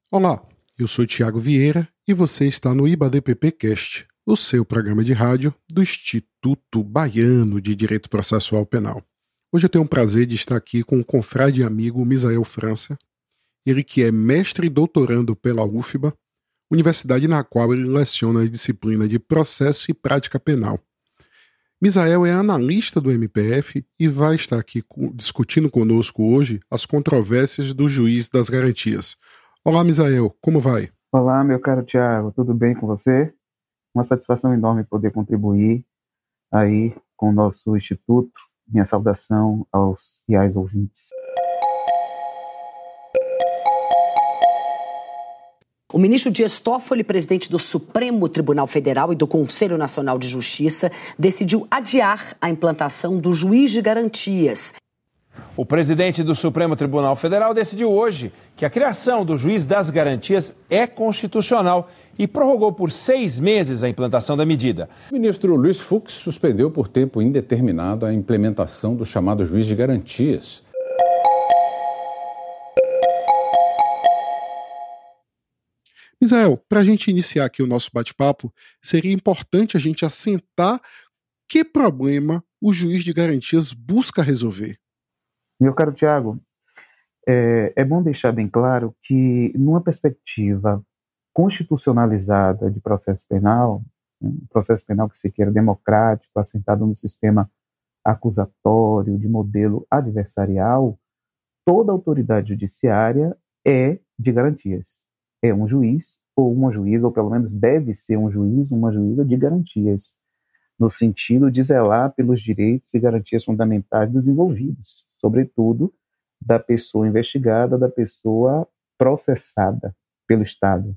Olá, eu sou Tiago Vieira e você está no IBADPP-Cast, o seu programa de rádio do Instituto Baiano de Direito Processual Penal. Hoje eu tenho o prazer de estar aqui com o confrade e amigo Misael França, ele que é mestre e doutorando pela UFBA, universidade na qual ele leciona a disciplina de Processo e Prática Penal. Misael é analista do MPF e vai estar aqui discutindo conosco hoje as controvérsias do juiz das garantias. Olá, Misael, como vai? Olá, meu caro Tiago, tudo bem com você? Uma satisfação enorme poder contribuir aí com o nosso instituto. Minha saudação aos e às ouvintes. O ministro Dias Toffoli, presidente do Supremo Tribunal Federal e do Conselho Nacional de Justiça, decidiu adiar a implantação do juiz de garantias. O presidente do Supremo Tribunal Federal decidiu hoje que a criação do juiz das garantias é constitucional e prorrogou por 6 meses a implantação da medida. O ministro Luiz Fux suspendeu por tempo indeterminado a implementação do chamado juiz de garantias. Misael, para a gente iniciar aqui o nosso bate-papo, seria importante a gente assentar que problema o juiz de garantias busca resolver. Meu caro Tiago, é bom deixar bem claro que, numa perspectiva constitucionalizada de processo penal, um processo penal que se queira democrático, assentado no sistema acusatório, de modelo adversarial, toda autoridade judiciária é de garantias. É um juiz ou uma juíza, ou pelo menos deve ser um juiz, uma juíza de garantias, no sentido de zelar pelos direitos e garantias fundamentais dos envolvidos, sobretudo da pessoa investigada, da pessoa processada pelo Estado.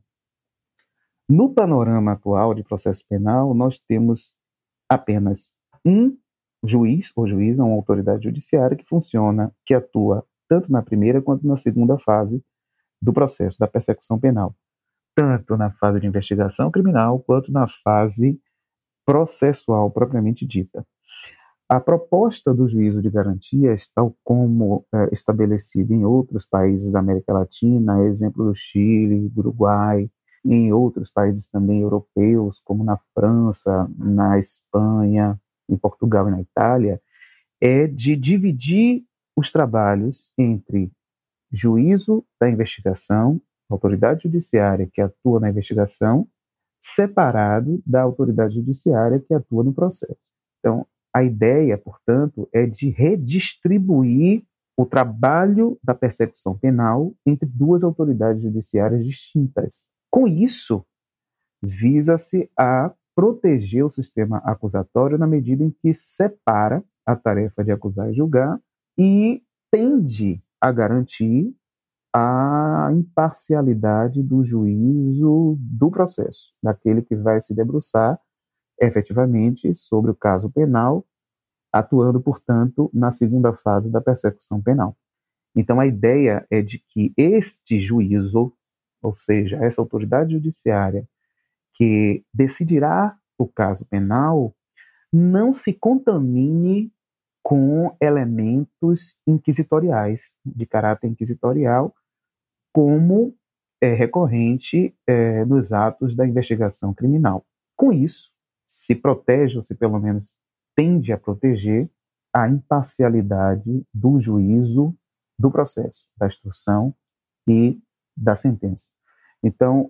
No panorama atual de processo penal, nós temos apenas um juiz ou juíza, uma autoridade judiciária que funciona, que atua tanto na primeira quanto na segunda fase do processo, da persecução penal, tanto na fase de investigação criminal quanto na fase processual propriamente dita. A proposta do juízo de garantias, tal como estabelecida em outros países da América Latina, exemplo do Chile, do Uruguai, em outros países também europeus, como na França, na Espanha, em Portugal e na Itália, é de dividir os trabalhos entre juízo da investigação, autoridade judiciária que atua na investigação, separado da autoridade judiciária que atua no processo. Então, a ideia, portanto, é de redistribuir o trabalho da persecução penal entre duas autoridades judiciárias distintas. Com isso, visa-se a proteger o sistema acusatório na medida em que separa a tarefa de acusar e julgar e tende a garantir a imparcialidade do juízo do processo, daquele que vai se debruçar efetivamente sobre o caso penal, atuando, portanto, na segunda fase da persecução penal. Então, a ideia é de que este juízo, ou seja, essa autoridade judiciária que decidirá o caso penal, não se contamine com elementos inquisitoriais, de caráter inquisitorial, como é recorrente nos atos da investigação criminal. Com isso, se protege, ou se pelo menos tende a proteger, a imparcialidade do juízo do processo, da instrução e da sentença. Então,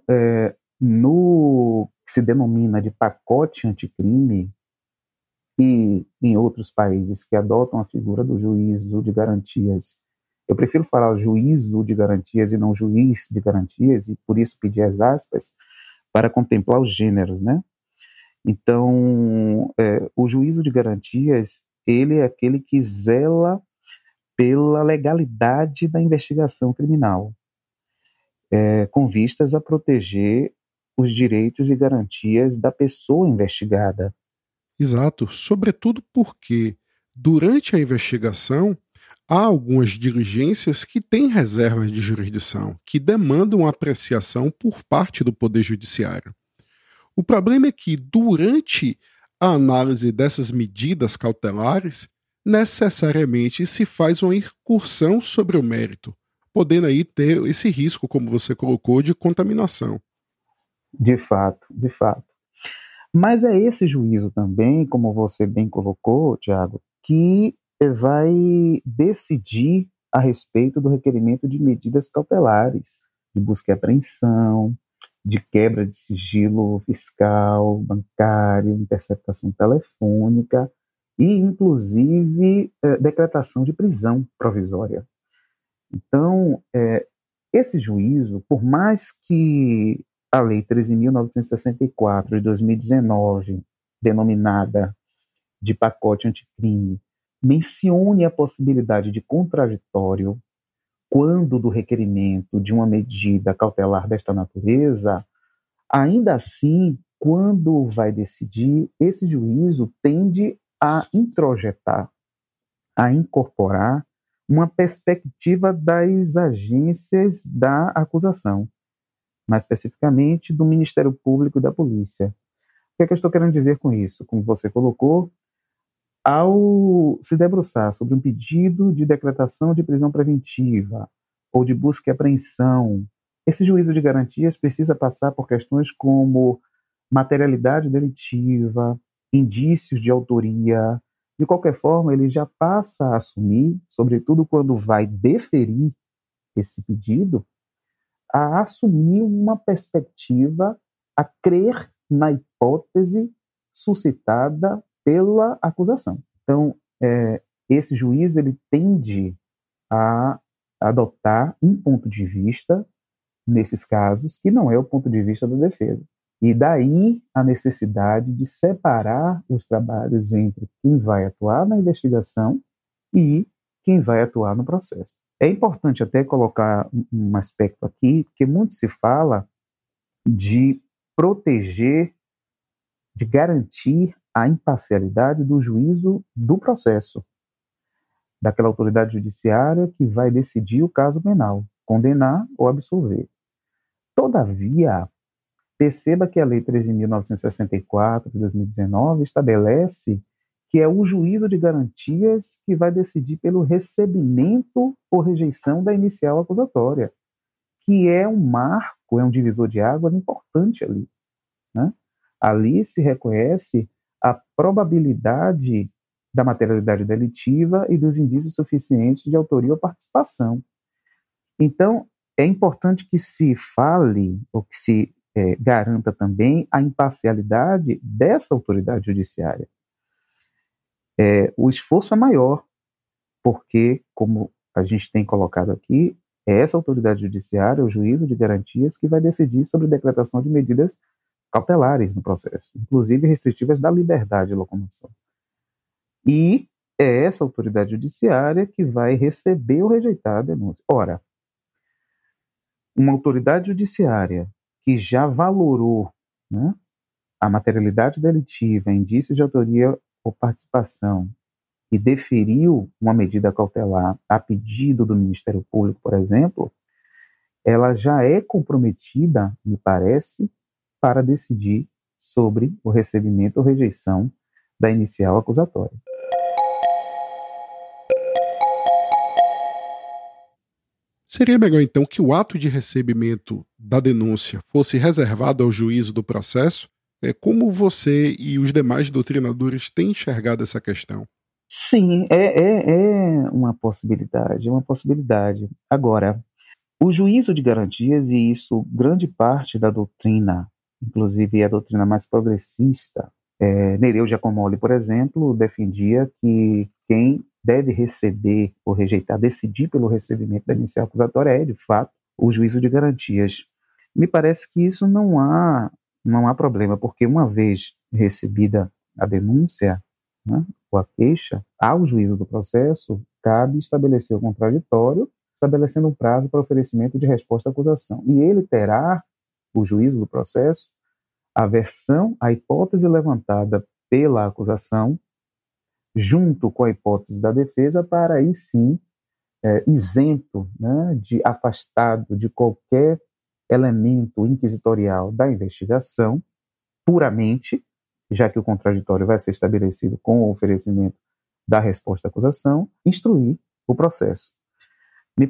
no que se denomina de pacote anticrime, e em outros países que adotam a figura do juízo de garantias, eu prefiro falar juízo de garantias e não juiz de garantias, e por isso pedir as aspas, para contemplar os gêneros, né? Então, o juízo de garantias, ele é aquele que zela pela legalidade da investigação criminal, com vistas a proteger os direitos e garantias da pessoa investigada. Exato, sobretudo porque, durante a investigação, há algumas diligências que têm reservas de jurisdição, que demandam apreciação por parte do Poder Judiciário. O problema é que, durante a análise dessas medidas cautelares, necessariamente se faz uma incursão sobre o mérito, podendo aí ter esse risco, como você colocou, de contaminação. De fato, de fato. Mas é esse juízo também, como você bem colocou, Tiago, que vai decidir a respeito do requerimento de medidas cautelares, de busca e apreensão, de quebra de sigilo fiscal, bancário, interceptação telefônica e, inclusive, decretação de prisão provisória. Então, esse juízo, por mais que a Lei 13.964 de 2019, denominada de pacote anticrime, mencione a possibilidade de contraditório quando do requerimento de uma medida cautelar desta natureza, ainda assim, quando vai decidir, esse juízo tende a introjetar, a incorporar uma perspectiva das agências da acusação, mais especificamente do Ministério Público e da Polícia. O que é que eu estou querendo dizer com isso? Como você colocou, ao se debruçar sobre um pedido de decretação de prisão preventiva ou de busca e apreensão, esse juízo de garantias precisa passar por questões como materialidade delitiva, indícios de autoria. De qualquer forma, ele já passa a assumir, sobretudo quando vai deferir esse pedido, a assumir uma perspectiva, a crer na hipótese suscitada pela acusação. Então, esse juiz ele tende a adotar um ponto de vista, nesses casos, que não é o ponto de vista da defesa. E daí a necessidade de separar os trabalhos entre quem vai atuar na investigação e quem vai atuar no processo. É importante até colocar um aspecto aqui, porque muito se fala de proteger, de garantir a imparcialidade do juízo do processo, daquela autoridade judiciária que vai decidir o caso penal, condenar ou absolver. Todavia, perceba que a Lei 13.964 de 2019 estabelece que é o juízo de garantias que vai decidir pelo recebimento ou rejeição da inicial acusatória, que é um marco, é um divisor de águas importante ali, né? Ali se reconhece a probabilidade da materialidade delitiva e dos indícios suficientes de autoria ou participação. Então, é importante que se fale, ou que se garanta também a imparcialidade dessa autoridade judiciária. O esforço é maior, porque, como a gente tem colocado aqui, é essa autoridade judiciária, o juízo de garantias, que vai decidir sobre a decretação de medidas cautelares no processo, inclusive restritivas da liberdade de locomoção. E é essa autoridade judiciária que vai receber ou rejeitar a denúncia. Ora, uma autoridade judiciária que já valorou, né, a materialidade delitiva, indícios de autoria ou participação, e deferiu uma medida cautelar a pedido do Ministério Público, por exemplo, ela já é comprometida, me parece, para decidir sobre o recebimento ou rejeição da inicial acusatória. Seria melhor, então, que o ato de recebimento da denúncia fosse reservado ao juízo do processo? Como você e os demais doutrinadores têm enxergado essa questão? Sim, é uma possibilidade, Agora, o juízo de garantias, e isso grande parte da doutrina, inclusive a doutrina mais progressista, Nereu Giacomelli, por exemplo, defendia que quem deve receber ou rejeitar, decidir pelo recebimento da inicial acusatória é, de fato, o juízo de garantias. Me parece que isso não há problema, porque uma vez recebida a denúncia, né, ou a queixa, ao juízo do processo, cabe estabelecer o contraditório, estabelecendo um prazo para oferecimento de resposta à acusação. E ele terá, o juízo do processo, a versão, a hipótese levantada pela acusação, junto com a hipótese da defesa, para aí sim, isento, né, afastado de qualquer elemento inquisitorial da investigação, puramente, já que o contraditório vai ser estabelecido com o oferecimento da resposta à acusação, instruir o processo. Me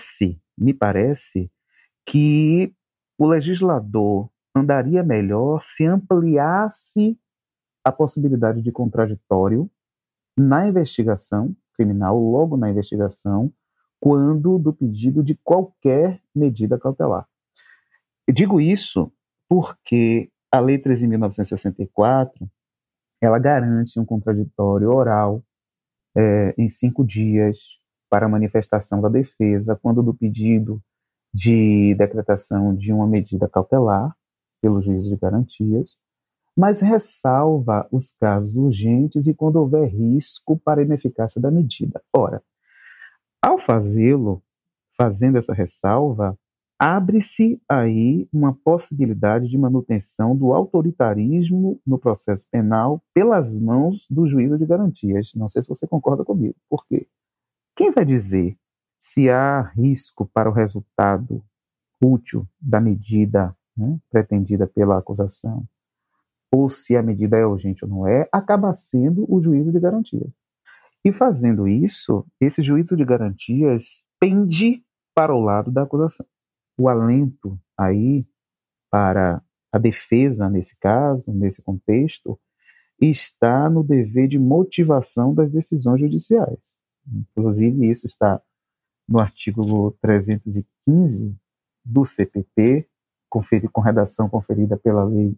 parece que o legislador andaria melhor se ampliasse a possibilidade de contraditório na investigação criminal, logo na investigação, quando do pedido de qualquer medida cautelar. Eu digo isso porque a Lei 13.964, ela garante um contraditório oral em 5 dias para a manifestação da defesa, quando do pedido de decretação de uma medida cautelar pelo juízo de garantias, mas ressalva os casos urgentes e quando houver risco para a ineficácia da medida. Ora, ao fazendo essa ressalva, abre-se aí uma possibilidade de manutenção do autoritarismo no processo penal pelas mãos do juízo de garantias. Não sei se você concorda comigo. Por quê? Quem vai dizer se há risco para o resultado útil da medida, né, pretendida pela acusação, ou se a medida é urgente ou não é, acaba sendo o juízo de garantias. E fazendo isso, esse juízo de garantias pende para o lado da acusação. O alento aí para a defesa, nesse caso, nesse contexto, está no dever de motivação das decisões judiciais. Inclusive, isso está no artigo 315 do CPP, com redação conferida pela Lei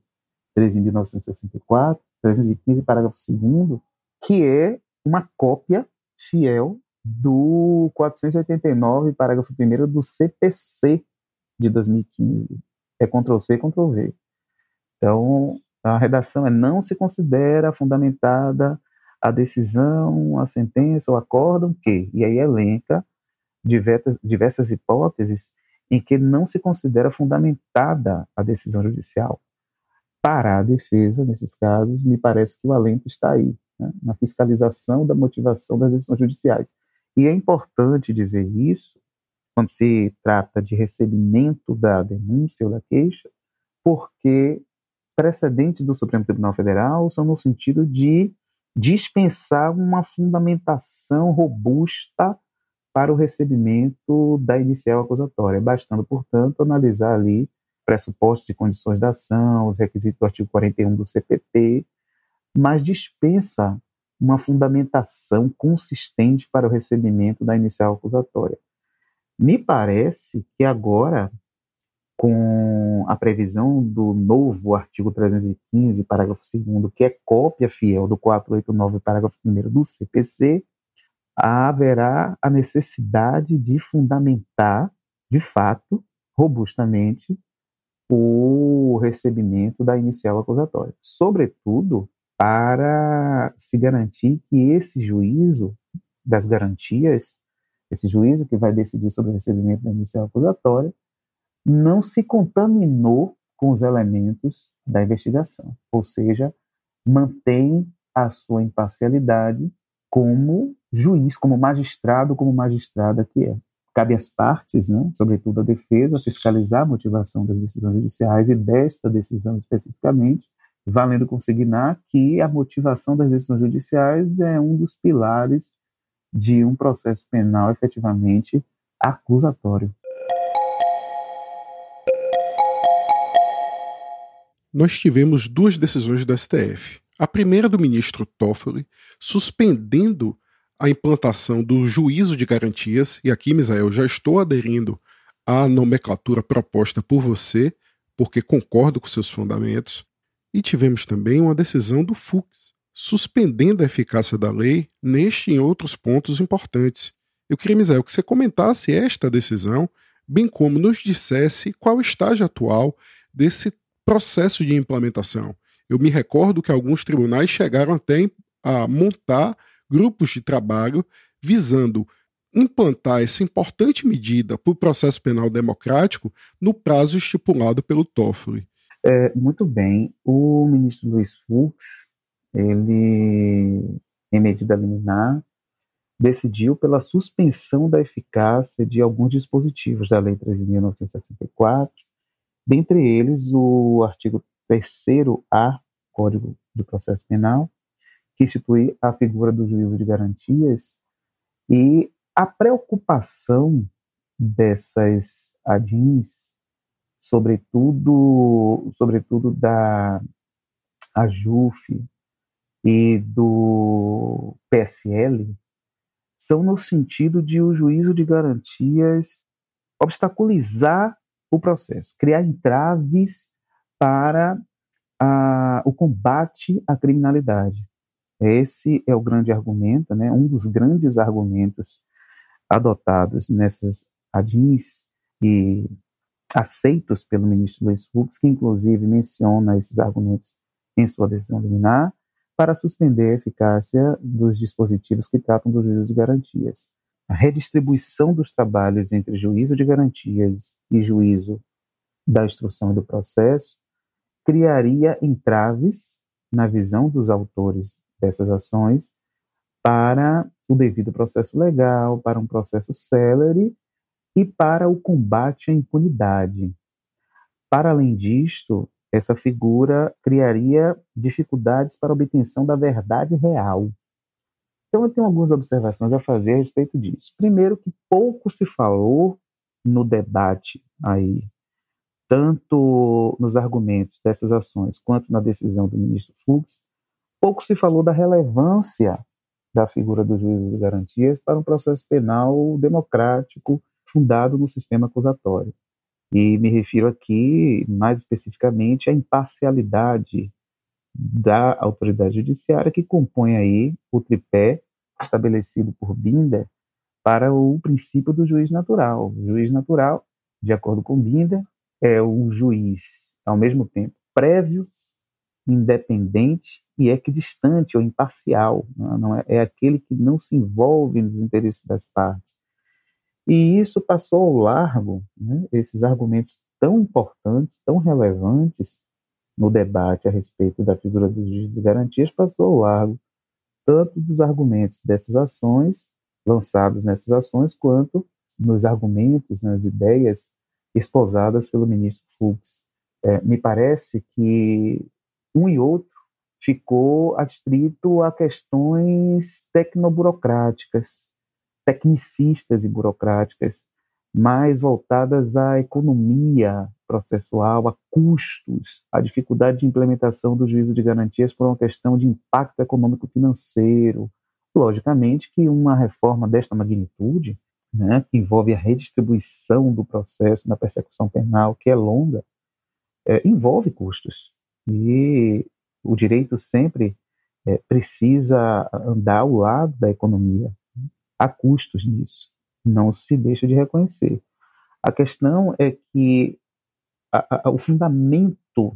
13.964, 315, parágrafo 2º, que é uma cópia fiel do 489, parágrafo 1º do CPC de 2015. É Ctrl+C, Ctrl+V. Então, a redação não se considera fundamentada a decisão, a sentença, o acórdão que, e aí elenca diversas hipóteses em que não se considera fundamentada a decisão judicial. Para a defesa, nesses casos, me parece que o alento está aí, né, na fiscalização da motivação das decisões judiciais. E é importante dizer isso quando se trata de recebimento da denúncia ou da queixa, porque precedentes do Supremo Tribunal Federal são no sentido de dispensar uma fundamentação robusta para o recebimento da inicial acusatória, bastando, portanto, analisar ali pressupostos e condições da ação, os requisitos do artigo 41 do CPT, mas dispensa uma fundamentação consistente para o recebimento da inicial acusatória. Me parece que agora, com a previsão do novo artigo 315, parágrafo 2º, que é cópia fiel do 489, parágrafo 1º do CPC, haverá a necessidade de fundamentar, de fato, robustamente, o recebimento da inicial acusatória. Sobretudo, para se garantir que esse juízo das garantias, esse juízo que vai decidir sobre o recebimento da inicial acusatória, não se contaminou com os elementos da investigação, ou seja, mantém a sua imparcialidade como juiz, como magistrado, como magistrada que é. Cabe às partes, né, sobretudo a defesa, fiscalizar a motivação das decisões judiciais e desta decisão especificamente, valendo consignar que a motivação das decisões judiciais é um dos pilares de um processo penal efetivamente acusatório. Nós tivemos 2 decisões do STF. A primeira do ministro Toffoli, suspendendo a implantação do juízo de garantias, e aqui, Misael, já estou aderindo à nomenclatura proposta por você, porque concordo com seus fundamentos. E tivemos também uma decisão do Fux, suspendendo a eficácia da lei neste e em outros pontos importantes. Eu queria, Misael, que você comentasse esta decisão, bem como nos dissesse qual o estágio atual desse processo de implementação. Eu me recordo que alguns tribunais chegaram até a montar grupos de trabalho visando implantar essa importante medida para o processo penal democrático no prazo estipulado pelo Toffoli. Muito bem. O ministro Luiz Fux, ele, em medida liminar, decidiu pela suspensão da eficácia de alguns dispositivos da Lei 13.964, dentre eles o artigo 3º-A, Código de Processo Penal, que institui a figura do juízo de garantias, e A preocupação dessas ADINs, sobretudo da AJUF e do PSL, são no sentido de o juízo de garantias obstaculizar o processo, criar entraves para o combate à criminalidade. Esse é o grande argumento, né? Um dos grandes argumentos adotados nessas ADINs e aceitos pelo ministro Luiz Fux, que inclusive menciona esses argumentos em sua decisão liminar, para suspender a eficácia dos dispositivos que tratam do juízo de garantias. A redistribuição dos trabalhos entre juízo de garantias e juízo da instrução e do processo criaria entraves, na visão dos autores dessas ações, para o devido processo legal, para um processo célere e para o combate à impunidade. Para além disto, essa figura criaria dificuldades para a obtenção da verdade real. Então, eu tenho algumas observações a fazer a respeito disso. Primeiro, que pouco se falou no debate aí, tanto nos argumentos dessas ações quanto na decisão do ministro Fux, pouco se falou da relevância da figura do juízo de garantias para um processo penal democrático fundado no sistema acusatório. E me refiro aqui, mais especificamente, à imparcialidade da autoridade judiciária que compõe aí o tripé estabelecido por Binder para o princípio do juiz natural. O juiz natural, de acordo com Binder, é um juiz, ao mesmo tempo, prévio, independente e equidistante ou imparcial. Não é aquele que não se envolve nos interesses das partes. E isso passou ao largo, né, esses argumentos tão importantes, tão relevantes no debate a respeito da figura do juiz de garantias, passou ao largo tanto dos argumentos dessas ações, lançados nessas ações, quanto nos argumentos, nas ideias esposadas pelo ministro Fux. Me parece que um e outro ficou adstrito a questões tecnoburocráticas, tecnicistas e burocráticas, mais voltadas à economia processual, a custos, a dificuldade de implementação do juízo de garantias por uma questão de impacto econômico-financeiro. Logicamente que uma reforma desta magnitude, né, que envolve a redistribuição do processo na persecução penal, que é longa, envolve custos. E o direito sempre precisa andar ao lado da economia. Há custos nisso, não se deixa de reconhecer. A questão é que o fundamento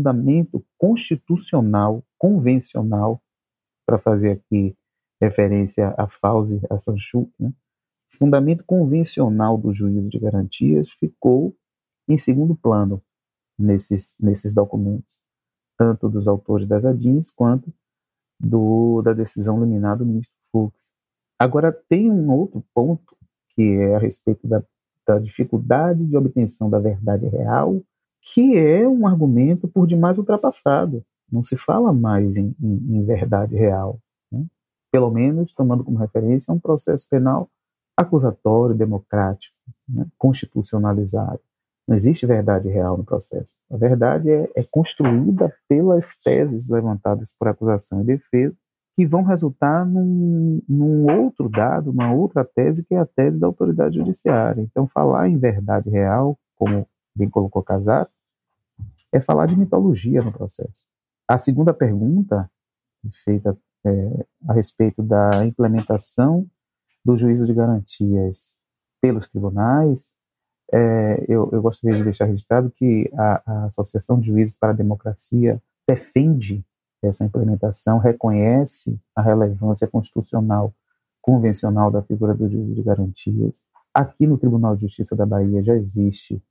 constitucional, convencional, para fazer aqui referência a Fauzi, a Sanchuk, né? O fundamento convencional do juízo de garantias ficou em segundo plano nesses documentos, tanto dos autores das ADINs quanto da decisão liminar do ministro Fux. Agora, tem um outro ponto, que é a respeito da dificuldade de obtenção da verdade real, que é um argumento por demais ultrapassado. Não se fala mais em verdade real, né? Pelo menos tomando como referência um processo penal acusatório, democrático, né? Constitucionalizado. Não existe verdade real no processo. A verdade é construída pelas teses levantadas por acusação e defesa, que vão resultar num outro dado, uma outra tese, que é a tese da autoridade judiciária. Então, falar em verdade real, como bem colocou Casar, é falar de mitologia no processo. A segunda pergunta, feita a respeito da implementação do juízo de garantias pelos tribunais, eu gostaria de deixar registrado que a Associação de Juízes para a Democracia defende essa implementação, reconhece a relevância constitucional convencional da figura do juízo de garantias. Aqui no Tribunal de Justiça da Bahia já existe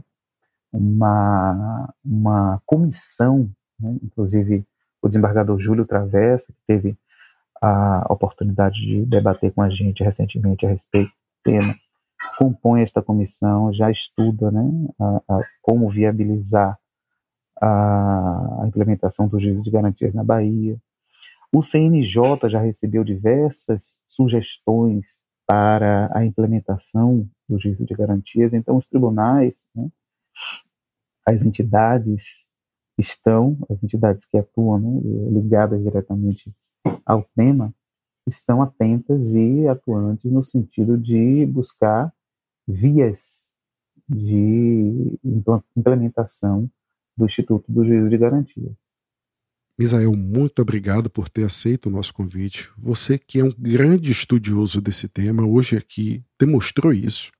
uma comissão, né? Inclusive o desembargador Júlio Travessa, que teve a oportunidade de debater com a gente recentemente a respeito do tema, compõe esta comissão, já estuda, né, como viabilizar a implementação do juízo de garantias na Bahia. O CNJ já recebeu diversas sugestões para a implementação do juízo de garantias. Então, os tribunais, né, as entidades que atuam, né, ligadas diretamente ao tema, estão atentas e atuantes no sentido de buscar vias de implementação do Instituto do Juízo de Garantia. Misael, muito obrigado por ter aceito o nosso convite. Você que é um grande estudioso desse tema, hoje aqui demonstrou isso,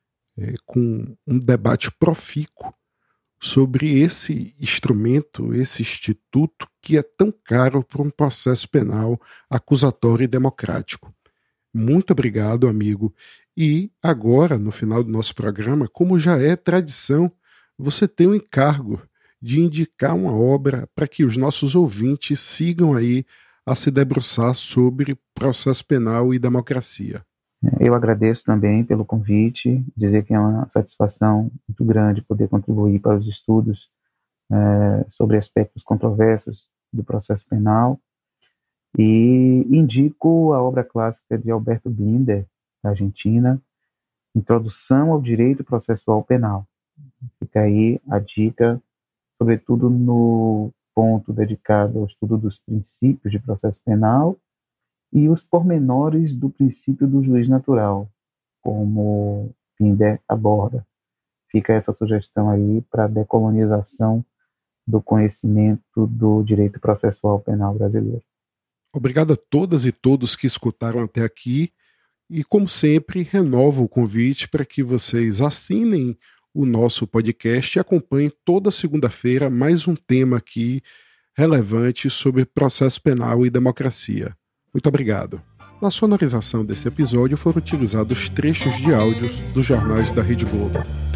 com um debate profícuo sobre esse instrumento, esse instituto que é tão caro para um processo penal acusatório e democrático. Muito obrigado, amigo. E agora, no final do nosso programa, como já é tradição, você tem o encargo de indicar uma obra para que os nossos ouvintes sigam aí a se debruçar sobre processo penal e democracia. Eu agradeço também pelo convite, dizer que é uma satisfação muito grande poder contribuir para os estudos sobre aspectos controversos do processo penal, e indico a obra clássica de Alberto Binder, da Argentina, Introdução ao Direito Processual Penal. Fica aí a dica, sobretudo no ponto dedicado ao estudo dos princípios de processo penal e os pormenores do princípio do juiz natural, como Binder aborda. Fica essa sugestão aí para a decolonização do conhecimento do direito processual penal brasileiro. Obrigado a todas e todos que escutaram até aqui e, como sempre, renovo o convite para que vocês assinem o nosso podcast e acompanhem toda segunda-feira mais um tema aqui relevante sobre processo penal e democracia. Muito obrigado. Na sonorização desse episódio foram utilizados trechos de áudios dos jornais da Rede Globo.